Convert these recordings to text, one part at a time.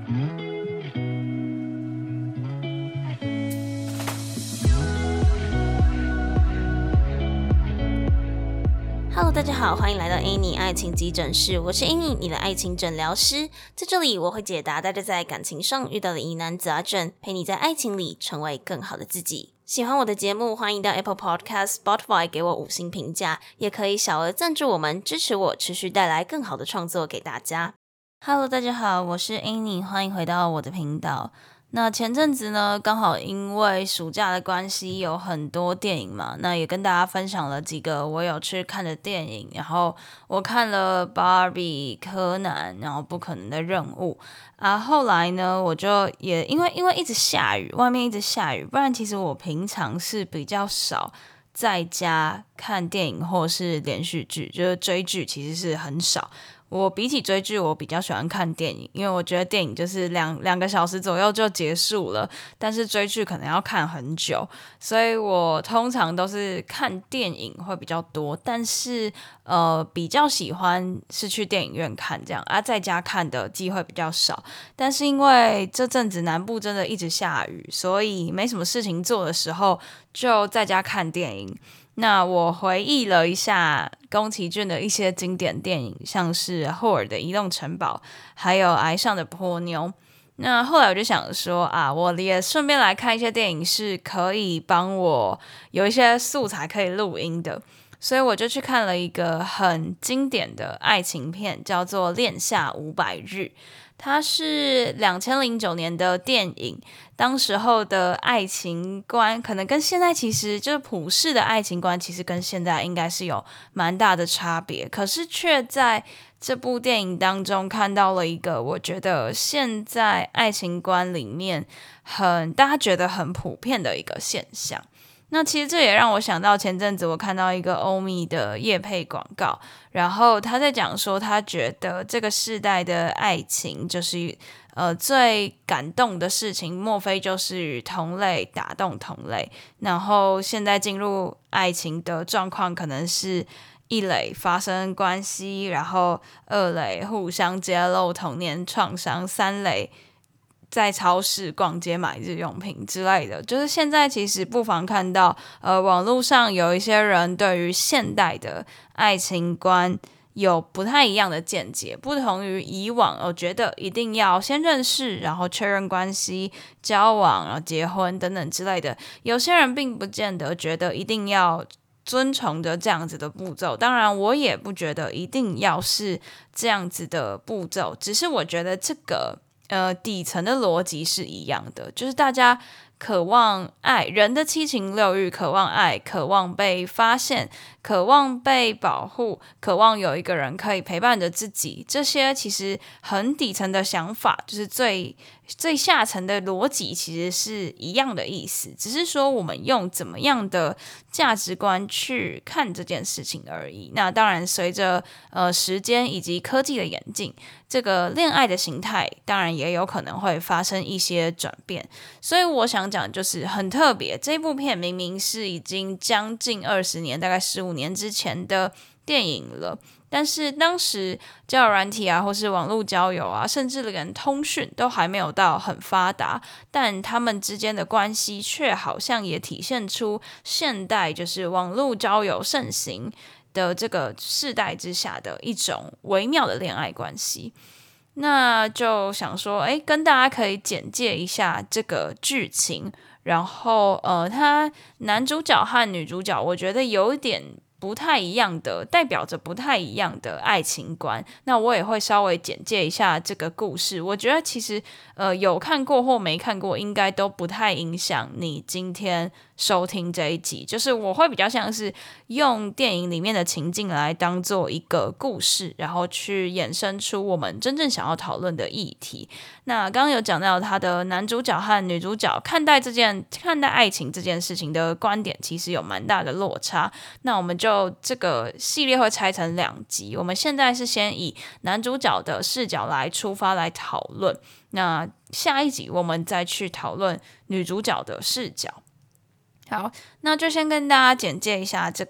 Hello， 大家好，欢迎来到 Annie 爱情急诊室，我是 Annie， 你的爱情诊疗师。在这里，我会解答大家在感情上遇到的疑难杂症，陪你在爱情里成为更好的自己。喜欢我的节目，欢迎到 Apple Podcast、Spotify 给我5星评价，也可以小额赞助我们，支持我持续带来更好的创作给大家。Hello， 大家好，我是 Annie， 欢迎回到我的频道。那前阵子呢，刚好因为暑假的关系，有很多电影嘛，那也跟大家分享了几个我有去看的电影。然后我看了 Barbie、柯南，然后不可能的任务啊。后来呢，我就也因为一直下雨，外面一直下雨，不然其实我平常是比较少在家看电影或是连续剧，就是追剧其实是很少。我比起追剧，我比较喜欢看电影，因为我觉得电影就是两个小时左右就结束了，但是追剧可能要看很久，所以我通常都是看电影会比较多，但是比较喜欢是去电影院看这样啊，在家看的机会比较少。但是因为这阵子南部真的一直下雨，所以没什么事情做的时候，就在家看电影。那我回忆了一下宫崎骏的一些经典电影，像是霍尔的移动城堡，还有崖上的波妞。那后来我就想说啊，我也顺便来看一些电影，是可以帮我有一些素材可以录音的。所以我就去看了一个很经典的爱情片，叫做《恋夏500日》。它是2009年的电影，当时候的爱情观可能跟现在其实就是普世的爱情观，其实跟现在应该是有蛮大的差别，可是却在这部电影当中看到了一个我觉得现在爱情观里面大家觉得很普遍的一个现象。那其实这也让我想到前阵子我看到一个欧米的业配广告，然后他在讲说他觉得这个世代的爱情就是最感动的事情，莫非就是与同类打动同类，然后现在进入爱情的状况可能是一垒发生关系，然后二垒互相揭露童年创伤，三垒在超市逛街买日用品之类的。就是现在其实不妨看到网络上有一些人对于现代的爱情观有不太一样的见解，不同于以往我觉得一定要先认识，然后确认关系，交往，然后结婚等等之类的。有些人并不见得觉得一定要遵从着这样子的步骤，当然我也不觉得一定要是这样子的步骤，只是我觉得这个底层的逻辑是一样的，就是大家渴望爱，人的七情六欲，渴望爱，渴望被发现，渴望被保护，渴望有一个人可以陪伴着自己，这些其实很底层的想法，就是最下层的逻辑其实是一样的意思，只是说我们用怎么样的价值观去看这件事情而已。那当然随着时间以及科技的演进，这个恋爱的形态当然也有可能会发生一些转变。所以我想讲就是很特别，这部片明明是已经将近20年，大概15年之前的电影了，但是当时交友软体啊，或是网络交友啊，甚至连通讯都还没有到很发达，但他们之间的关系却好像也体现出现代就是网络交友盛行的这个世代之下的一种微妙的恋爱关系。那就想说，跟大家可以简介一下这个剧情，然后他男主角和女主角，我觉得有一点不太一样的，代表着不太一样的爱情观。那我也会稍微简介一下这个故事。我觉得其实有看过或没看过，应该都不太影响你今天收听这一集。就是我会比较像是用电影里面的情境来当做一个故事，然后去衍生出我们真正想要讨论的议题。那刚刚有讲到他的男主角和女主角看待爱情这件事情的观点，其实有蛮大的落差。那我们就这个系列会拆成2集，我们现在是先以男主角的视角来出发来讨论，那下一集我们再去讨论女主角的视角。好，那就先跟大家简介一下这个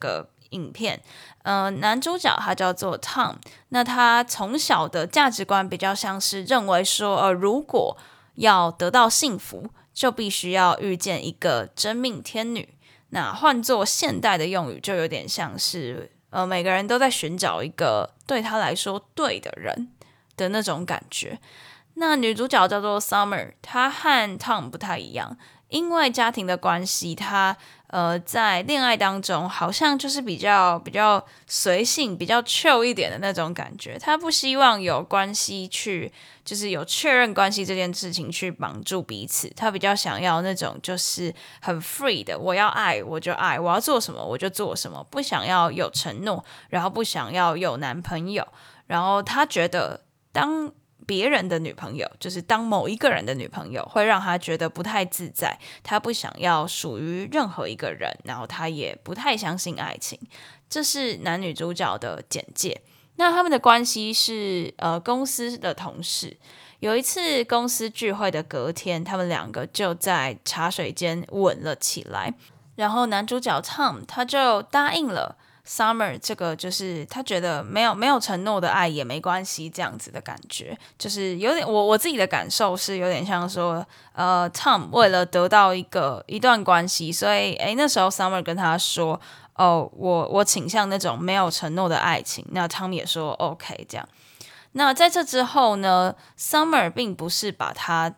影片，男主角他叫做 Tom， 那他从小的价值观比较像是认为说，如果要得到幸福，就必须要遇见一个真命天女。那换作现代的用语，就有点像是每个人都在寻找一个对他来说对的人的那种感觉。那女主角叫做 Summer， 她和 Tom 不太一样，因为家庭的关系，她在恋爱当中好像就是比较随性、比较 chill 一点的那种感觉。她不希望有关系去，就是有确认关系这件事情去绑住彼此。她比较想要那种就是很 free 的，我要爱我就爱，我要做什么我就做什么，不想要有承诺，然后不想要有男朋友。然后她觉得当别人的女朋友，就是当某一个人的女朋友，会让他觉得不太自在，他不想要属于任何一个人，然后他也不太相信爱情。这是男女主角的简介。那他们的关系是公司的同事。有一次公司聚会的隔天，他们两个就在茶水间吻了起来，然后男主角 Tom 他就答应了Summer， 这个就是他觉得没有承诺的爱也没关系，这样子的感觉，就是有点我自己的感受是有点像说Tom 为了得到一段关系，所以那时候 Summer 跟他说我倾向那种没有承诺的爱情，那 Tom 也说 OK 这样。那在这之后呢 ，Summer 并不是把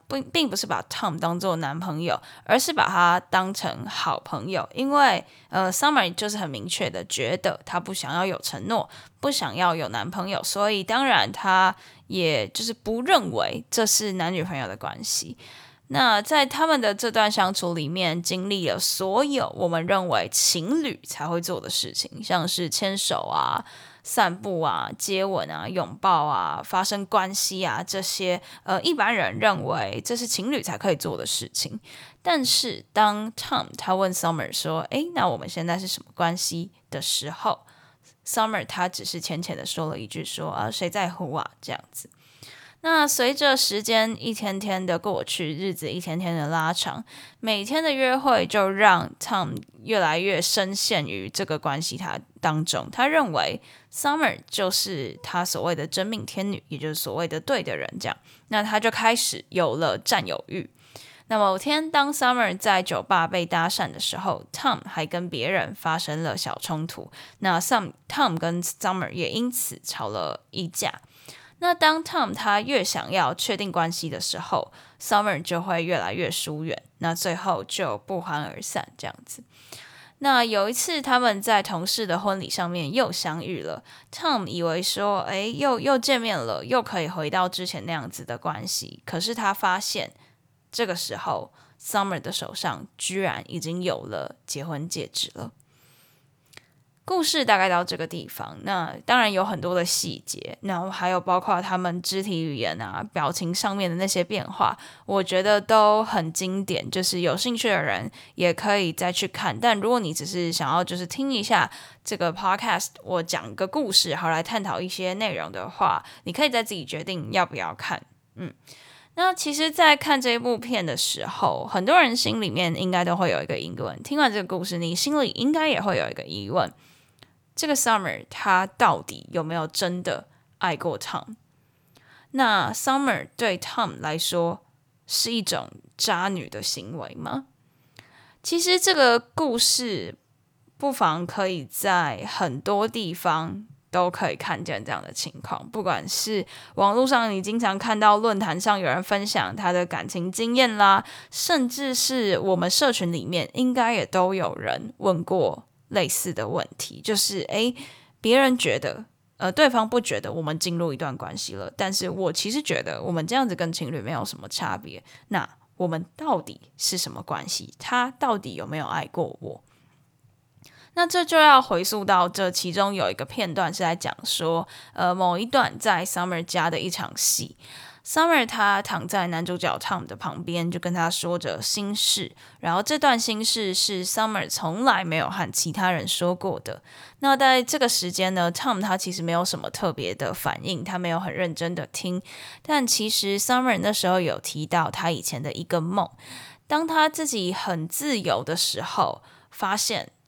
Tom 当作男朋友，而是把他当成好朋友。因为Summer 就是很明确的觉得他不想要有承诺，不想要有男朋友，所以当然他也就是不认为这是男女朋友的关系。那在他们的这段相处里面，经历了所有我们认为情侣才会做的事情，像是牵手啊、散步啊、接吻啊、拥抱啊、发生关系啊，这些一般人认为这是情侣才可以做的事情。但是当 Tom 他问 Summer 说那我们现在是什么关系的时候， Summer 他只是浅浅的说了一句说谁在乎啊这样子。那随着时间一天天的过去，日子一天天的拉长，每天的约会就让 Tom 越来越深陷于这个关系当中。他认为 Summer 就是他所谓的真命天女，也就是所谓的对的人这样。那他就开始有了占有欲。那某天当 Summer 在酒吧被搭讪的时候， Tom 还跟别人发生了小冲突。那 Tom 跟 Summer 也因此吵了一架。那当 Tom 他越想要确定关系的时候， Summer 就会越来越疏远，那最后就不欢而散这样子。那有一次他们在同事的婚礼上面又相遇了， Tom 以为说又见面了，又可以回到之前那样子的关系，可是他发现这个时候 Summer 的手上居然已经有了结婚戒指了。故事大概到这个地方，那当然有很多的细节，然后还有包括他们肢体语言啊、表情上面的那些变化，我觉得都很经典，就是有兴趣的人也可以再去看。但如果你只是想要就是听一下这个 podcast 我讲个故事，好来探讨一些内容的话，你可以再自己决定要不要看。那其实在看这部片的时候，很多人心里面应该都会有一个疑问，听完这个故事你心里应该也会有一个疑问，这个 Summer 他到底有没有真的爱过 Tom？ 那 Summer 对 Tom 来说是一种渣女的行为吗？其实这个故事不妨可以在很多地方都可以看见这样的情况，不管是网络上你经常看到论坛上有人分享他的感情经验啦，甚至是我们社群里面应该也都有人问过类似的问题，就是别人觉得对方不觉得我们进入一段关系了，但是我其实觉得我们这样子跟情侣没有什么差别，那我们到底是什么关系？他到底有没有爱过我？那这就要回溯到这其中有一个片段是在讲说某一段在 Summer 家的一场戏， Summer 他躺在男主角 Tom 的旁边，就跟他说着心事，然后这段心事是 Summer 从来没有和其他人说过的。那在这个时间呢， Tom 他其实没有什么特别的反应，他没有很认真的听，但其实 Summer 那时候有提到他以前的一个梦，当他自己很自由的时候，发现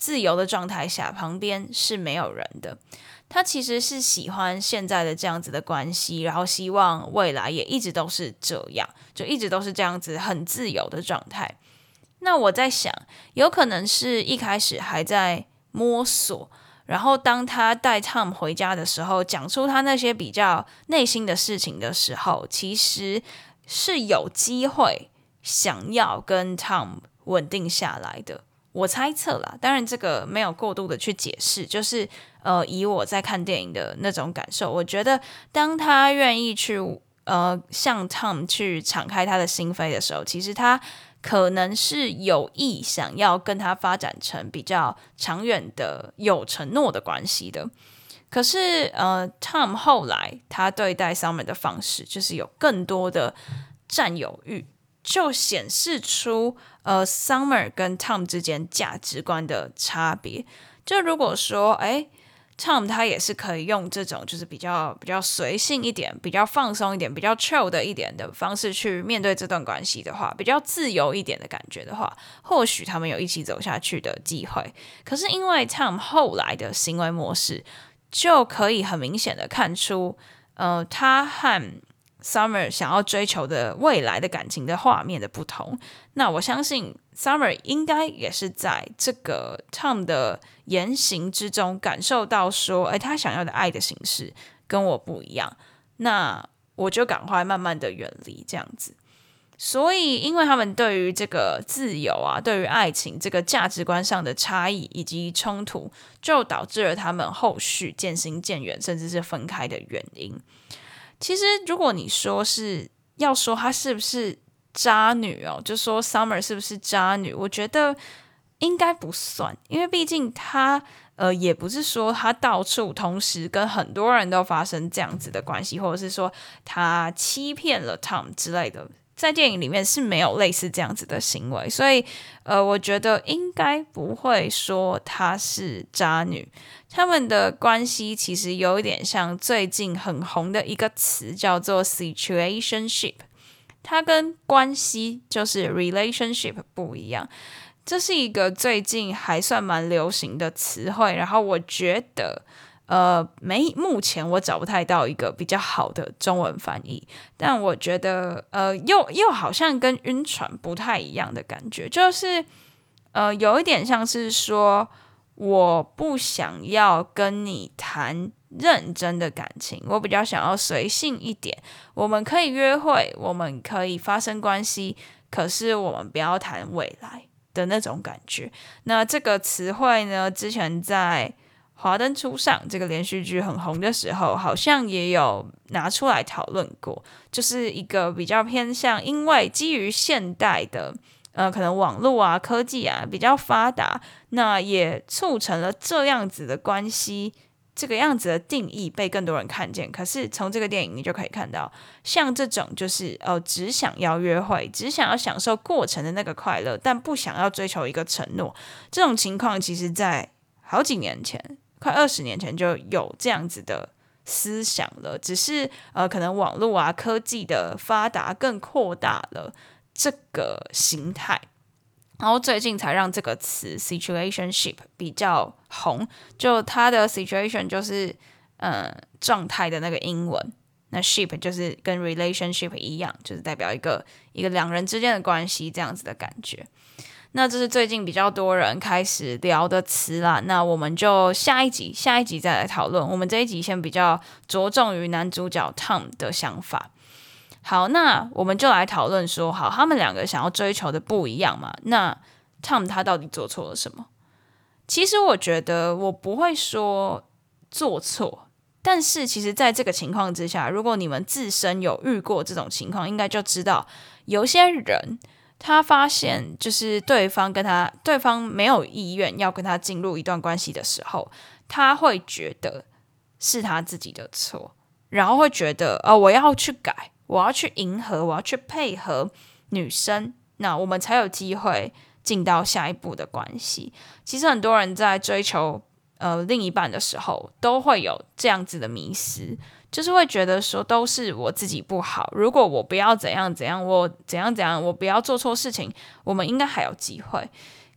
自由的状态下，旁边是没有人的。他其实是喜欢现在的这样子的关系，然后希望未来也一直都是这样，就一直都是这样子很自由的状态。那我在想，有可能是一开始还在摸索，然后当他带 Tom 回家的时候，讲出他那些比较内心的事情的时候，其实是有机会想要跟 Tom 稳定下来的。我猜测啦，当然这个没有过度的去解释，就是以我在看电影的那种感受，我觉得当他愿意去向 Tom 去敞开他的心扉的时候，其实他可能是有意想要跟他发展成比较长远的有承诺的关系的。可是Tom 后来他对待 Summer 的方式就是有更多的占有欲，就显示出Summer 跟 Tom 之间价值观的差别。就如果说Tom 他也是可以用这种就是比较随性一点、比较放松一点、比较 chill 的一点的方式去面对这段关系的话，比较自由一点的感觉的话，或许他们有一起走下去的机会。可是因为 Tom 后来的行为模式，就可以很明显的看出，他和Summer 想要追求的未来的感情的画面的不同。那我相信 Summer 应该也是在这个 Tom 的言行之中感受到说，他想要的爱的形式跟我不一样，那我就赶快慢慢的远离这样子。所以因为他们对于这个自由啊，对于爱情这个价值观上的差异以及冲突，就导致了他们后续渐行渐远甚至是分开的原因。其实如果你说是要说她是不是渣女就说 Summer 是不是渣女，我觉得应该不算，因为毕竟她也不是说她到处同时跟很多人都发生这样子的关系，或者是说她欺骗了 Tom 之类的，在电影里面是没有类似这样子的行为，所以我觉得应该不会说她是渣女。他们的关系其实有一点像最近很红的一个词叫做 situationship， 它跟关系就是 relationship 不一样，这是一个最近还算蛮流行的词汇，然后我觉得目前我找不太到一个比较好的中文翻译，但我觉得又好像跟晕船不太一样的感觉，就是有一点像是说我不想要跟你谈认真的感情，我比较想要随性一点，我们可以约会，我们可以发生关系，可是我们不要谈未来的那种感觉。那这个词汇呢，之前在华灯初上这个连续剧很红的时候，好像也有拿出来讨论过，就是一个比较偏向，因为基于现代的可能网络啊、科技啊比较发达，那也促成了这样子的关系，这个样子的定义被更多人看见。可是从这个电影你就可以看到，像这种就是只想要约会，只想要享受过程的那个快乐，但不想要追求一个承诺，这种情况其实在好几年前，快20年前就有这样子的思想了，只是可能网络啊、科技的发达更扩大了这个形态，然后最近才让这个词 situationship 比较红。就它的 situation 就是状态的那个英文，那 ship 就是跟 relationship 一样，就是代表一个两人之间的关系这样子的感觉。那这是最近比较多人开始聊的词啦，那我们就下一集再来讨论。我们这一集先比较着重于男主角 Tom 的想法。好，那我们就来讨论说，好，他们两个想要追求的不一样嘛？那 Tom 他到底做错了什么？其实我觉得我不会说做错，但是其实在这个情况之下，如果你们自身有遇过这种情况，应该就知道有些人他发现就是对方没有意愿要跟他进入一段关系的时候，他会觉得是他自己的错，然后会觉得我要去改，我要去迎合，我要去配合女生，那我们才有机会进到下一步的关系。其实很多人在追求另一半的时候，都会有这样子的迷思，就是会觉得说都是我自己不好，如果我不要怎样怎样，我怎样怎样，我不要做错事情，我们应该还有机会。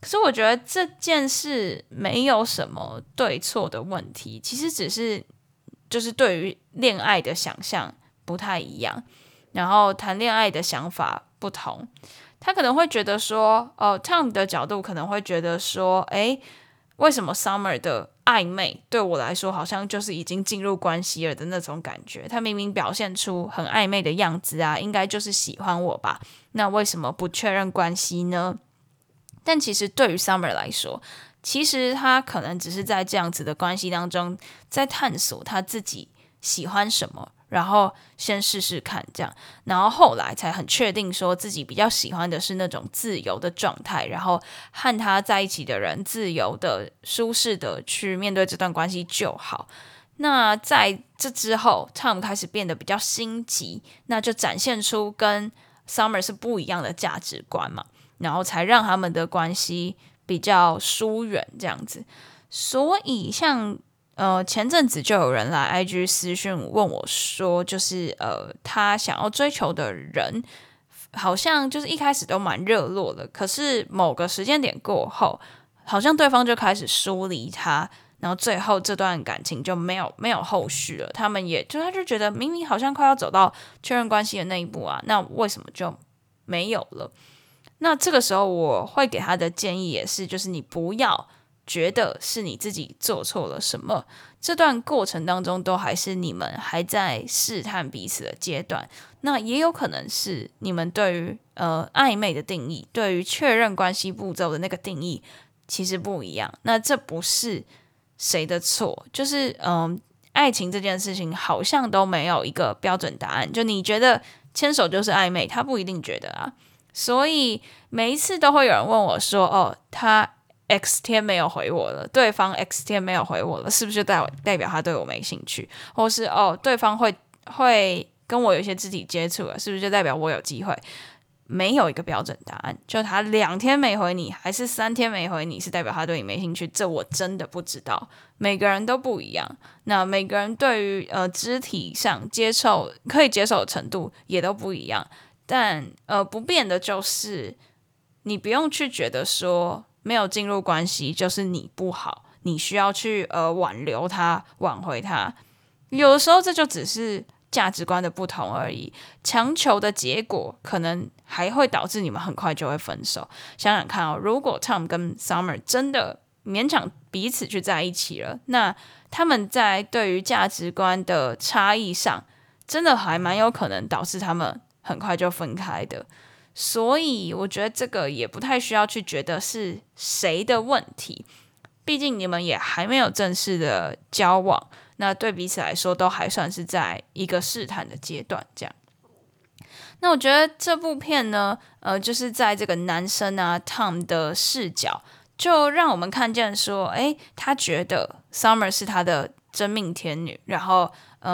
可是我觉得这件事没有什么对错的问题，其实只是就是对于恋爱的想象不太一样，然后谈恋爱的想法不同。他可能会觉得说Tom 的角度可能会觉得说，为什么 Summer 的暧昧对我来说好像就是已经进入关系了的那种感觉，他明明表现出很暧昧的样子啊，应该就是喜欢我吧，那为什么不确认关系呢？但其实对于 Summer 来说，其实他可能只是在这样子的关系当中在探索他自己喜欢什么，然后先试试看这样，然后后来才很确定说自己比较喜欢的是那种自由的状态，然后和他在一起的人自由的舒适的去面对这段关系就好。那在这之后 Tom 开始变得比较心急，那就展现出跟 Summer 是不一样的价值观嘛，然后才让他们的关系比较疏远这样子。所以像前阵子就有人来 IG 私讯问我说，就是他想要追求的人好像就是一开始都蛮热络的，可是某个时间点过后，好像对方就开始疏离他，然后最后这段感情就没有后续了。他就觉得明明好像快要走到确认关系的那一步啊，那为什么就没有了？那这个时候我会给他的建议也是，就是你不要觉得是你自己做错了什么，这段过程当中都还是你们还在试探彼此的阶段。那也有可能是你们对于暧昧的定义，对于确认关系步骤的那个定义其实不一样。那这不是谁的错，就是爱情这件事情好像都没有一个标准答案。就你觉得牵手就是暧昧，他不一定觉得啊。所以每一次都会有人问我说，他 X 天没有回我了，对方 X 天没有回我了，是不是代表他对我没兴趣？或是对方会跟我有一些肢体接触了，是不是就代表我有机会？没有一个标准答案，就他2天没回你，还是3天没回你，是代表他对你没兴趣？这我真的不知道，每个人都不一样。那每个人对于肢体上可以接受的程度也都不一样。但不变的就是你不用去觉得说没有进入关系就是你不好，你需要去挽留他，挽回他。有的时候这就只是价值观的不同而已，强求的结果可能还会导致你们很快就会分手。想想看如果 Tom 跟 Summer 真的勉强彼此去在一起了，那他们在对于价值观的差异上真的还蛮有可能导致他们很快就分开的。所以我觉得这个也不太需要去觉得是谁的问题，毕竟你们也还没有正式的交往，那对彼此来说都还算是在一个试探的阶段这样。那我觉得这部片呢就是在这个男生Tom 的视角，就让我们看见说他觉得 Summer 是他的真命天女，然后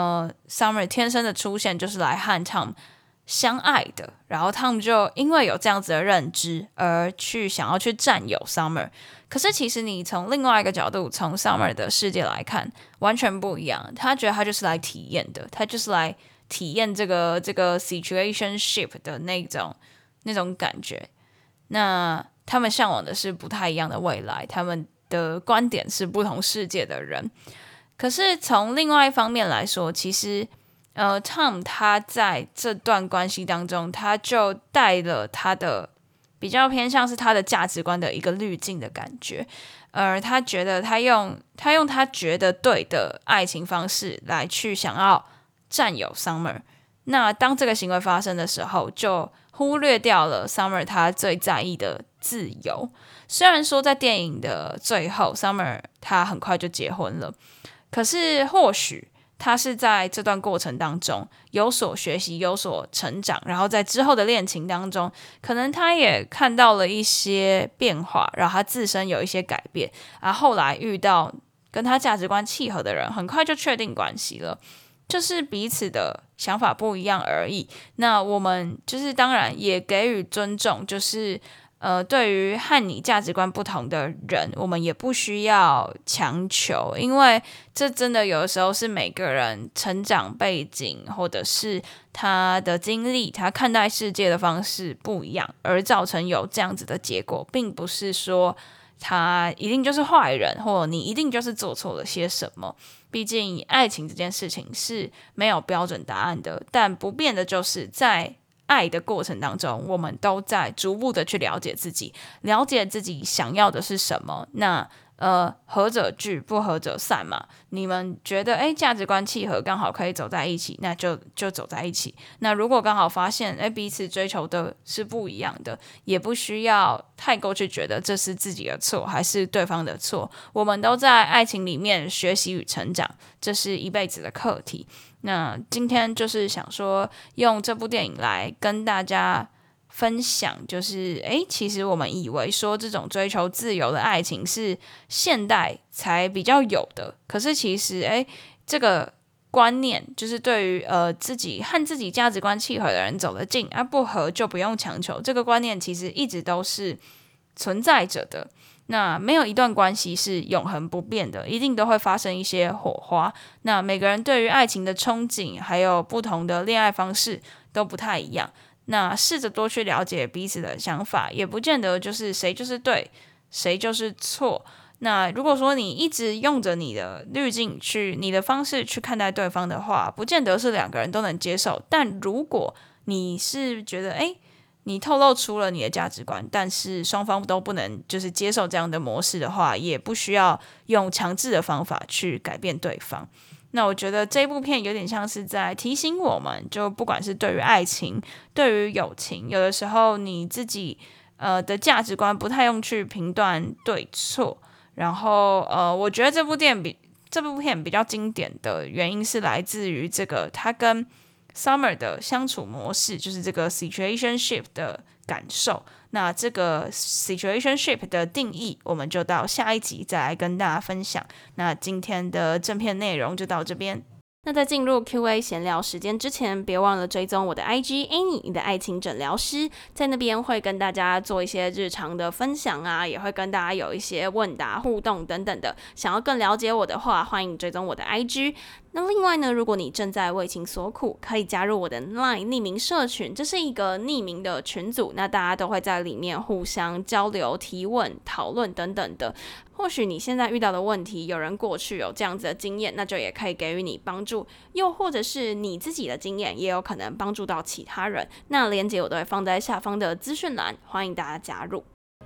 Summer 天生的出现就是来和 Tom相爱的，然后 Tom 就因为有这样子的认知而想要去占有 Summer。 可是其实你从另外一个角度，从 Summer 的世界来看完全不一样，他觉得他就是来体验的，他就是来体验这个 situationship 的那种感觉。那他们向往的是不太一样的未来，他们的观点是不同世界的人。可是从另外一方面来说，其实Tom 他在这段关系当中，他就带了他的比较偏向是他的价值观的一个滤镜的感觉，而他觉得他用他觉得对的爱情方式来去想要占有 Summer。 那当这个行为发生的时候，就忽略掉了 Summer 他最在意的自由。虽然说在电影的最后 Summer 他很快就结婚了，可是或许他是在这段过程当中有所学习，有所成长，然后在之后的恋情当中，可能他也看到了一些变化，然后他自身有一些改变，然后后来遇到跟他价值观契合的人，很快就确定关系了，就是彼此的想法不一样而已。那我们就是当然也给予尊重，就是对于和你价值观不同的人，我们也不需要强求，因为这真的有的时候是每个人成长背景或者是他的经历，他看待世界的方式不一样，而造成有这样子的结果，并不是说他一定就是坏人，或你一定就是做错了些什么。毕竟爱情这件事情是没有标准答案的，但不变的就是在爱的过程当中，我们都在逐步的去了解自己，了解自己想要的是什么。那合者聚，不合者散嘛。你们觉得价值观契合，刚好可以走在一起，那就走在一起。那如果刚好发现彼此追求的是不一样的，也不需要太过去觉得这是自己的错还是对方的错。我们都在爱情里面学习与成长，这是一辈子的课题。那今天就是想说，用这部电影来跟大家分享，就是其实我们以为说这种追求自由的爱情是现代才比较有的，可是其实这个观念就是对于自己和自己价值观契合的人走得近，不合就不用强求，这个观念其实一直都是存在着的。那没有一段关系是永恒不变的，一定都会发生一些火花。那每个人对于爱情的憧憬，还有不同的恋爱方式都不太一样。那试着多去了解彼此的想法，也不见得就是谁就是对，谁就是错。那如果说你一直用着你的滤镜你的方式去看待对方的话，不见得是两个人都能接受。但如果你是觉得你透露出了你的价值观，但是双方都不能就是接受这样的模式的话，也不需要用强制的方法去改变对方。那我觉得这部片有点像是在提醒我们，就不管是对于爱情，对于友情，有的时候你自己的价值观不太用去评断对错。然后我觉得这部片比较经典的原因是来自于这个它跟Summer 的相处模式，就是这个 situationship 的感受。那这个 situationship 的定义，我们就到下一集再来跟大家分享。那今天的正片内容就到这边。 那在进入 Q&A 闲聊时间之前，别忘了追踪我的 IG Annie 你的爱情诊疗师，在那边会跟大家做一些日常的分享啊，也会跟大家有一些问答互动等等的。想要更了解我的话，欢迎追踪我的 IG。那另外呢，如果你正在为情所苦，可以加入我的 LINE 匿名社群，这是一个匿名的群组，那大家都会在里面互相交流、提问、讨论等等的。或许你现在遇到的问题，有人过去有这样子的经验，那就也可以给予你帮助，又或者是你自己的经验，也有可能帮助到其他人。那连结我都会放在下方的资讯栏，欢迎大家加入。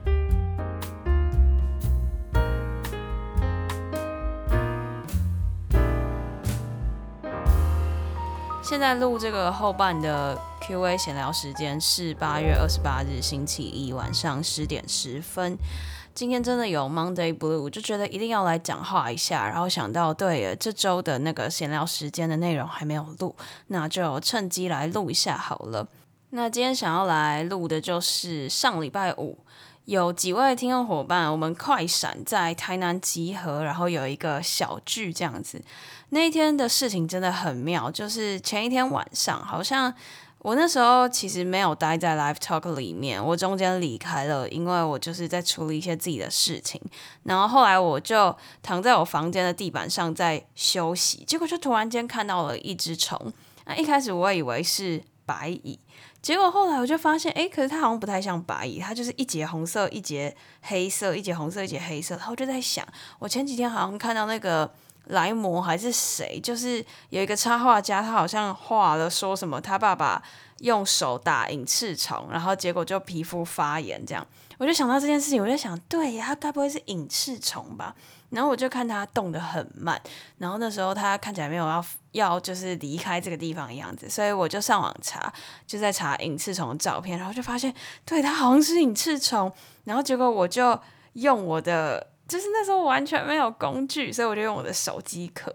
现在录这个后半的 Q&A 闲聊时间是8月28日星期一晚上10点10分。今天真的有 Monday Blue， 就觉得一定要来讲话一下，然后想到对这周的那个闲聊时间的内容还没有录，那就趁机来录一下好了。那今天想要来录的就是上礼拜五有几位听众伙伴，我们快闪在台南集合，然后有一个小聚这样子。那一天的事情真的很妙，就是前一天晚上，好像我那时候其实没有待在 Live Talk 里面，我中间离开了，因为我就是在处理一些自己的事情。然后后来我就躺在我房间的地板上在休息，结果就突然间看到了一只虫。那一开始我以为是白蚁，结果后来我就发现，可是它好像不太像白蚁，它就是一节红色，一节黑色，一节红色，一节黑色。然后我就在想，我前几天好像看到那个莱摩还是谁，就是有一个插画家，他好像画了说什么他爸爸用手打隐翅虫，然后结果就皮肤发炎这样。我就想到这件事情，我就想，对呀，他该不会是隐翅虫吧？然后我就看他动得很慢，然后那时候他看起来没有要就是离开这个地方的样子，所以我就上网查，就在查隐翅虫的照片，然后就发现，对，他好像是隐翅虫。然后结果我就用我的，就是那时候完全没有工具，所以我就用我的手机壳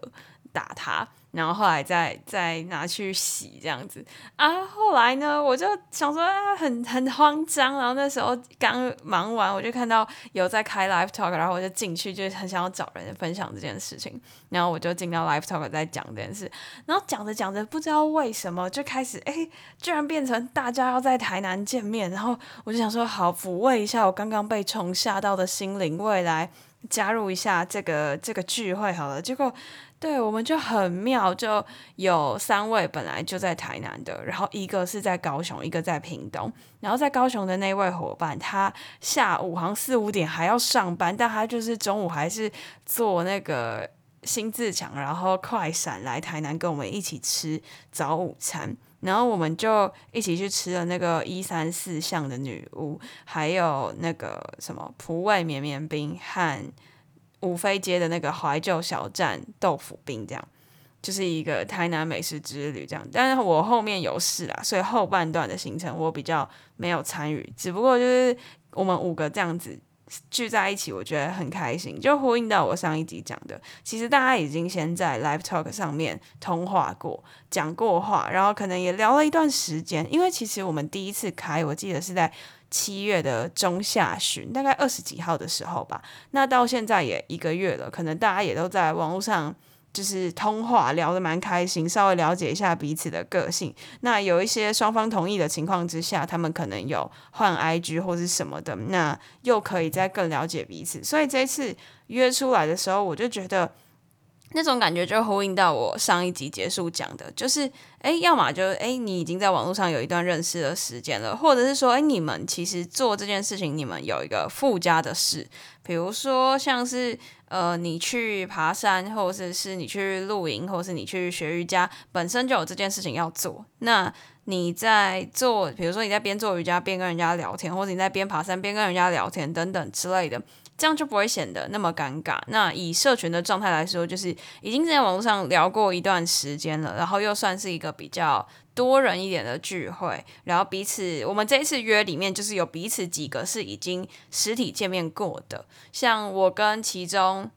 打它，然后后来再拿去洗这样子啊。后来呢，我就想说很慌张，然后那时候刚忙完，我就看到有在开 live talk， 然后我就进去，就很想要找人分享这件事情，然后我就进到 live talk 在讲这件事，然后讲着讲着，不知道为什么就开始居然变成大家要在台南见面，然后我就想说好，抚慰一下我刚刚被虫吓到的心灵，未来加入一下这个聚会好了。结果对我们就很妙，就有3位本来就在台南的，然后一个是在高雄，一个在屏东。然后在高雄的那位伙伴，他下午好像4、5点还要上班，但他就是中午还是坐那个新自强，然后快闪来台南跟我们一起吃早午餐。然后我们就一起去吃了那个134巷的女巫，还有那个什么埔味绵绵冰和五妃街的那个怀旧小站豆腐冰，这样就是一个台南美食之旅这样。但是我后面有事啦，所以后半段的行程我比较没有参与，只不过就是我们5个这样子聚在一起，我觉得很开心，就呼应到我上一集讲的，其实大家已经先在 Live Talk 上面通话过，讲过话，然后可能也聊了一段时间。因为其实我们第一次开，我记得是在7月的中下旬，大概20几号的时候吧。那到现在也1个月了，可能大家也都在网络上就是通话聊得蛮开心，稍微了解一下彼此的个性。那有一些双方同意的情况之下，他们可能有换 IG 或是什么的，那又可以再更了解彼此。所以这一次约出来的时候，我就觉得那种感觉就呼应到我上一集结束讲的，就是要么就是你已经在网络上有一段认识的时间了，或者是说你们其实做这件事情，你们有一个附加的事，比如说像是你去爬山，或者是你去露营，或者是你去学瑜伽，本身就有这件事情要做。那你在做，比如说你在边做瑜伽边跟人家聊天，或者你在边爬山边跟人家聊天等等之类的，这样就不会显得那么尴尬。那以社群的状态来说，就是已经在网络上聊过一段时间了，然后又算是一个比较多人一点的聚会，然后彼此我们这一次约里面就是有彼此几个是已经实体见面过的，像我跟其中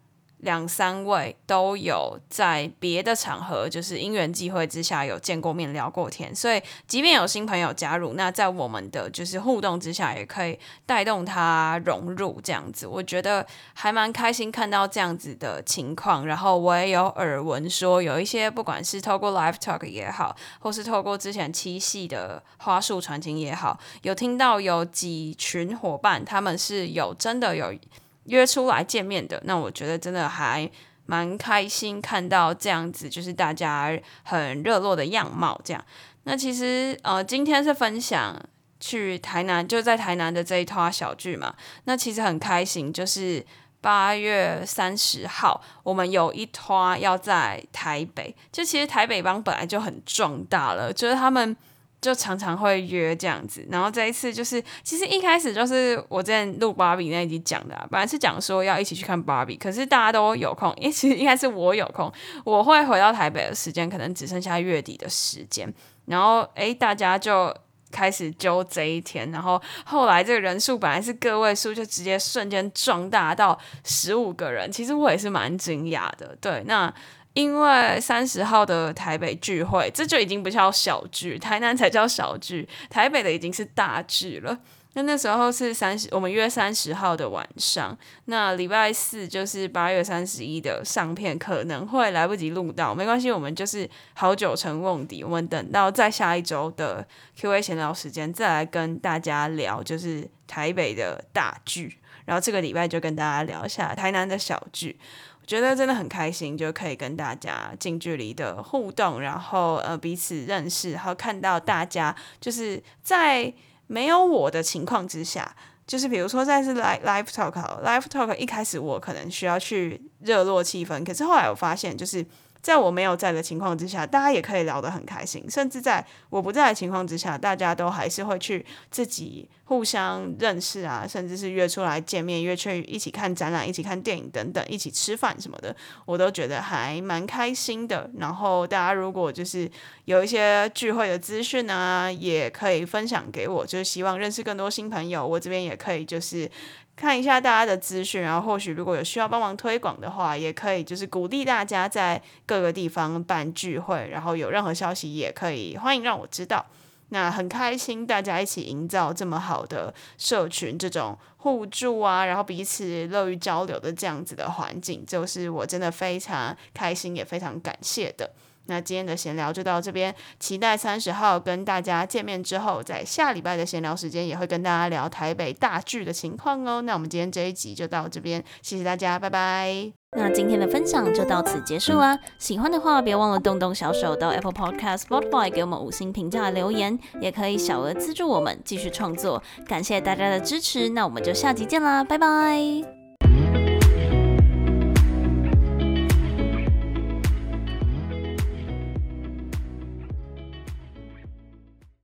2、3位都有在别的场合，就是因缘际会之下有见过面聊过天，所以即便有新朋友加入，那在我们的就是互动之下，也可以带动他融入这样子。我觉得还蛮开心看到这样子的情况，然后我也有耳闻说有一些不管是透过 Live Talk 也好，或是透过之前7系的花束传情也好，有听到有几群伙伴他们是真的有约出来见面的，那我觉得真的还蛮开心看到这样子，就是大家很热络的样貌这样。那其实今天是分享去台南，就在台南的这一摊小聚嘛，那其实很开心，就是8月30号我们有一摊要在台北，就其实台北帮本来就很壮大了，就是他们就常常会约这样子。然后这一次就是其实一开始就是我之前录 Barbie 那一集讲的本来是讲说要一起去看 Barbie， 可是大家都有空，因为其实应该是我有空，我会回到台北的时间可能只剩下月底的时间，然后大家就开始揪这一天，然后后来这个人数本来是个位数，就直接瞬间壮大到15个人，其实我也是蛮惊讶的。对，那因为30号的台北聚会，这就已经不叫小聚，台南才叫小聚，台北的已经是大聚了。那时候是我们约30号的晚上，那礼拜4就是8月31的上片，可能会来不及录到，没关系，我们就是好久成瓮底，我们等到再下一周的 Q&A 闲聊时间再来跟大家聊，就是台北的大聚，然后这个礼拜就跟大家聊一下台南的小聚。我觉得真的很开心，就可以跟大家近距离的互动，然后彼此认识，然后看到大家就是在没有我的情况之下，就是比如说在是 live talk 好了 live talk 一开始我可能需要去热络气氛，可是后来我发现就是在我没有在的情况之下，大家也可以聊得很开心，甚至在我不在的情况之下，大家都还是会去自己互相认识啊，甚至是约出来见面，约去一起看展览，一起看电影等等，一起吃饭什么的，我都觉得还蛮开心的。然后大家如果就是有一些聚会的资讯啊，也可以分享给我，就是希望认识更多新朋友，我这边也可以就是看一下大家的资讯，然后或许如果有需要帮忙推广的话，也可以就是鼓励大家在各个地方办聚会，然后有任何消息也可以欢迎让我知道。那很开心大家一起营造这么好的社群，这种互助啊，然后彼此乐于交流的这样子的环境，就是我真的非常开心也非常感谢的。那今天的闲聊就到这边，期待30号跟大家见面之后，在下礼拜的闲聊时间也会跟大家聊台北大巨的情况哦。那我们今天这一集就到这边，谢谢大家，拜拜。 那今天的分享就到此结束啦。喜欢的话，别忘了动动小手到 Apple Podcast、Spotify 给我们5星评价留言，也可以小额资助我们继续创作。感谢大家的支持，那我们就下集见啦，拜拜。